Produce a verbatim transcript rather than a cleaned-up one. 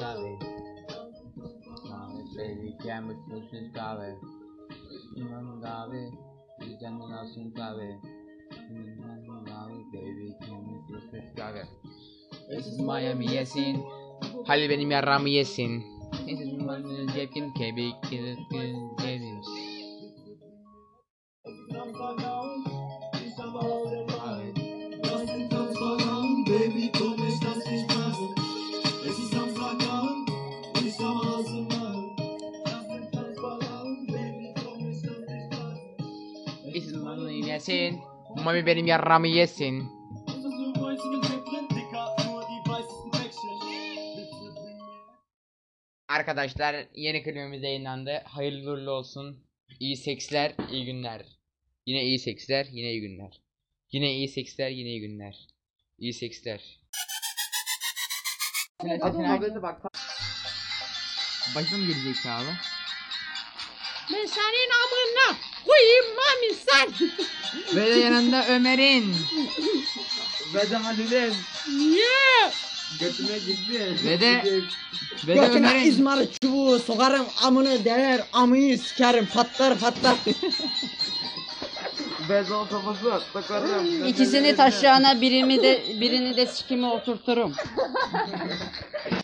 kahve. Kahve baby gelmiş olsun kahve. İman kahve. Bir canın alsın kahve. İman kahve baby gelmiş olsun kahve. This is Miami yesin. Halil benim yarramı yesin. This is Miami yesin. Kebik yesin. Baby, ¿cómo estás? Esse São Flacão, isso é uma azul. Baby, ¿cómo estás? This is Miami yesin. Mami benim yarramı yesin. Arkadaşlar yeni klibimiz yayınlandı. Hayırlı uğurlu olsun. İyi seksler, iyi günler. Yine iyi seksler, yine iyi günler. Yine iyi seksler, yine iyi günler. İyi seksler. Başına mı gelecek abi? Ben senin amına koyayım mami sen. Ve de yanında Ömer'in. Ve de Halil'in Niye? götüne gitti. Ve de Ve de Götüne Ömer'in. izmarı çubuğu sokarım amını değer amıyı sikerim patlar patlar. Bezol kafası takarım. İkisini taşıyana birimi de birini de sikime oturturum.